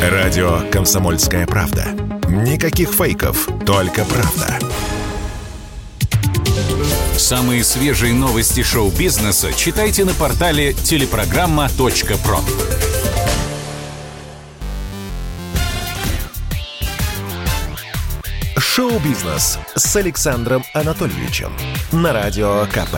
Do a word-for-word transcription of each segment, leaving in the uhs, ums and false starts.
Радио «Комсомольская правда». Никаких фейков, только правда. Самые свежие новости шоу-бизнеса читайте на портале телепрограмма точка про. Шоу-бизнес с Александром Анатольевичем на Радио КП.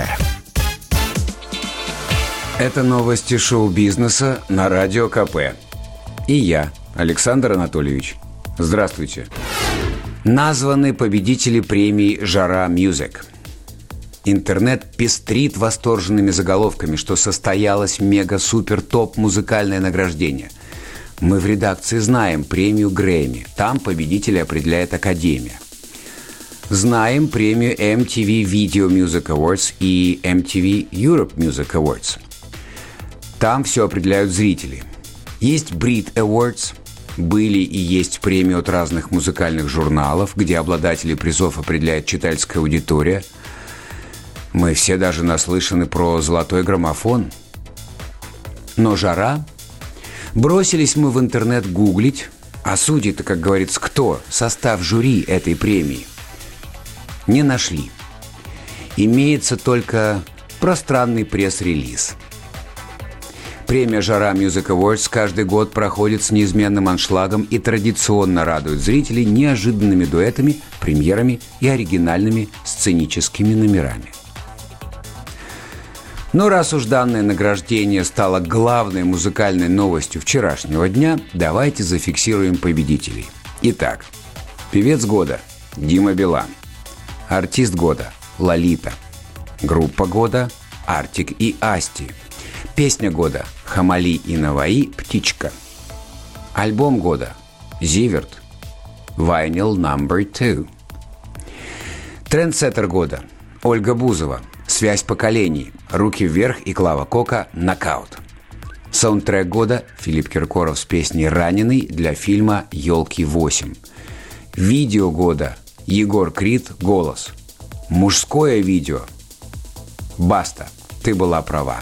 Это новости шоу-бизнеса на Радио КП. И я, Александр Анатольевич. Здравствуйте. Названы победители премии «Жара Мьюзик». Интернет пестрит восторженными заголовками, что состоялось мега-супер-топ музыкальное награждение. Мы в редакции знаем премию Грэмми. Там победителя определяет Академия. Знаем премию эм ти ви Video Music Awards и эм ти ви Europe Music Awards. Там все определяют зрители. Есть Brit Awards. Были и есть премии от разных музыкальных журналов, где обладатели призов определяет читательская аудитория. Мы все даже наслышаны про золотой граммофон. Но «Жара»? Бросились мы в интернет гуглить, а судьи-то, как говорится, кто? Состав жюри этой премии. Не нашли. Имеется только пространный пресс-релиз. Премия «Жара Music Awards» каждый год проходит с неизменным аншлагом и традиционно радует зрителей неожиданными дуэтами, премьерами и оригинальными сценическими номерами. Но раз уж данное награждение стало главной музыкальной новостью вчерашнего дня, давайте зафиксируем победителей. Итак, певец года – Дима Билан. Артист года – Лолита. Группа года – Артик и Асти. Песня года – Хамали и Наваи «Птичка». Альбом года – Зиверт. Vinyl номер два. Трендсеттер года – Ольга Бузова. «Связь поколений», «Руки вверх» и Клава Кока «Нокаут». Саундтрек года – Филипп Киркоров с песней «Раненый» для фильма «Елки восемь». Видео года – Егор Крид «Голос». Мужское видео – «Баста, ты была права».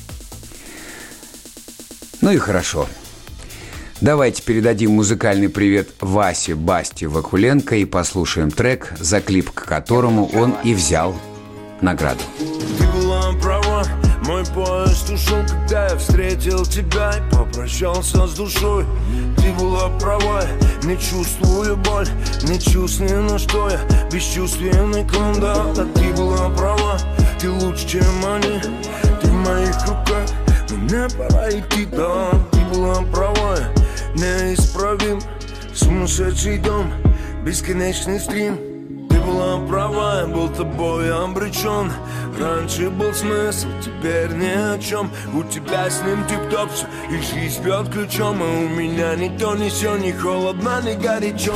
Ну и хорошо. Давайте передадим музыкальный привет Васе Басте Вакуленко и послушаем трек, за клип к которому он и взял награду. Ты была права, мой поезд ушел, когда я встретил тебя и попрощался с душой. Ты была права, не чувствую боль, не чувствую, на что я бесчувственный клон, да, да. Ты была права, ты лучше, чем они, ты в моих руках, но мне пора идти, да. Ты была права, неисправим, сумасшедший дом, бесконечный стрим. Ты была права, я был тобой обречен. Раньше был смысл, теперь ни о чем. У тебя с ним тип-топ все, и жизнь бьет ключом. А у меня ни то, ни сё, ни холодно, ни горячо.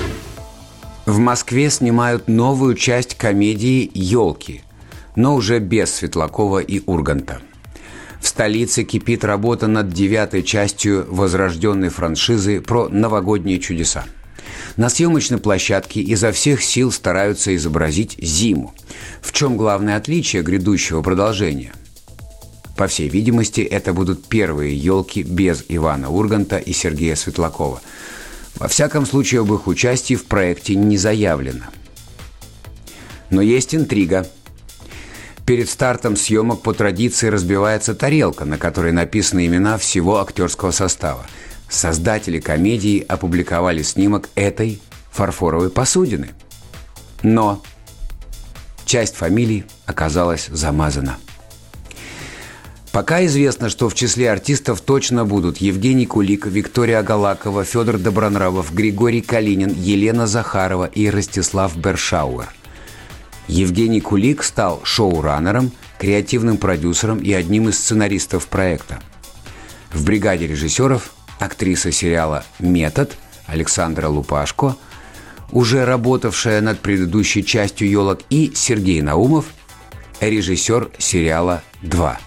В Москве снимают новую часть комедии «Елки», но уже без Светлакова и Урганта. В столице кипит работа над девятой частью возрожденной франшизы про новогодние чудеса. На съемочной площадке изо всех сил стараются изобразить зиму. В чем главное отличие грядущего продолжения? По всей видимости, это будут первые елки без Ивана Урганта и Сергея Светлакова. Во всяком случае, об их участии в проекте не заявлено. Но есть интрига. Перед стартом съемок по традиции разбивается тарелка, на которой написаны имена всего актерского состава. Создатели комедии опубликовали снимок этой фарфоровой посудины. Но часть фамилий оказалась замазана. Пока известно, что в числе артистов точно будут Евгений Кулик, Виктория Агалакова, Федор Добронравов, Григорий Калинин, Елена Захарова и Ростислав Бершауэр. Евгений Кулик стал шоураннером, креативным продюсером и одним из сценаристов проекта. В бригаде режиссеров актриса сериала «Метод» Александра Лупашко, уже работавшая над предыдущей частью «Елок», и Сергей Наумов, режиссер сериала «Два».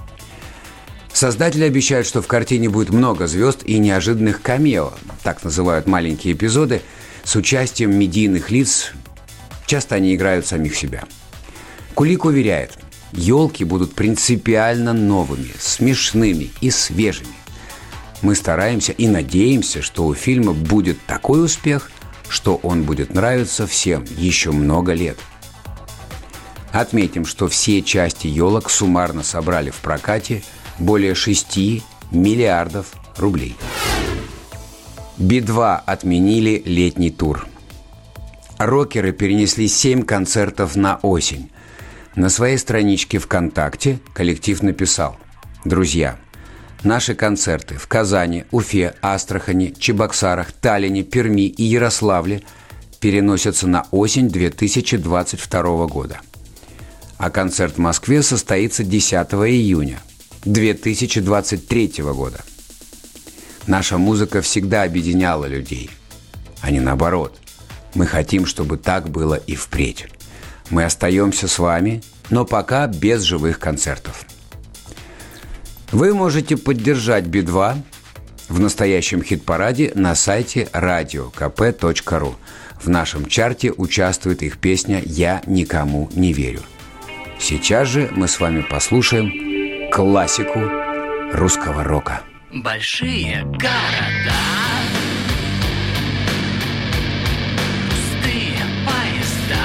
Создатели обещают, что в картине будет много звезд и неожиданных камео, так называют маленькие эпизоды, с участием медийных лиц. Часто они играют самих себя. Кулик уверяет, елки будут принципиально новыми, смешными и свежими. Мы стараемся и надеемся, что у фильма будет такой успех, что он будет нравиться всем еще много лет. Отметим, что все части елок суммарно собрали в прокате более шести миллиардов рублей. Би два отменили летний тур. Рокеры перенесли семь концертов на осень. На своей страничке ВКонтакте коллектив написал: «Друзья, наши концерты в Казани, Уфе, Астрахани, Чебоксарах, Таллине, Перми и Ярославле переносятся на осень две тысячи двадцать второго года. А концерт в Москве состоится десятого июня две тысячи двадцать третьего года. Наша музыка всегда объединяла людей, а не наоборот. Мы хотим, чтобы так было и впредь. Мы остаемся с вами, но пока без живых концертов». Вы можете поддержать Би два в настоящем хит-параде на сайте радио ка пэ точка ру. В нашем чарте участвует их песня «Я никому не верю». Сейчас же мы с вами послушаем классику русского рока. Большие города, пустые поезда,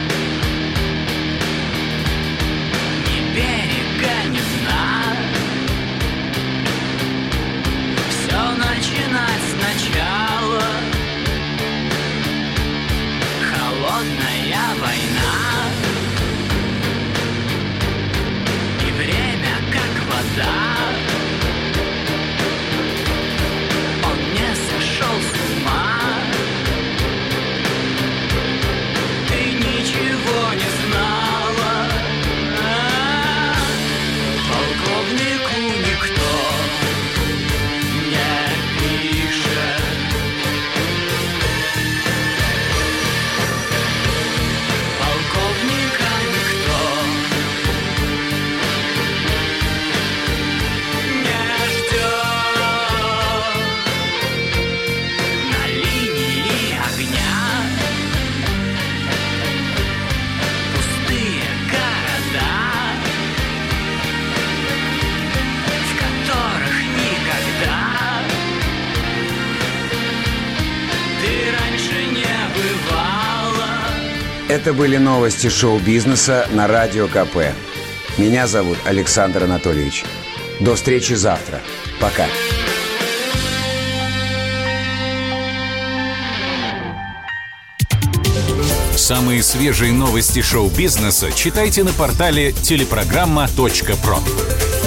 ни берега, ни дна. Все начинать сначала. Холодная война, и время как вода. Он не сошел с ума. Ты ничего не знала. А-а-а. Полковнику никто не пишет. Полковника никто не ждет. На линии огня пустые города, в которых никогда ты раньше не бывала. Это были новости шоу-бизнеса на Радио ка пэ. Меня зовут Александр Анатольевич. До встречи завтра. Пока. Самые свежие новости шоу-бизнеса читайте на портале телепрограмма точка про.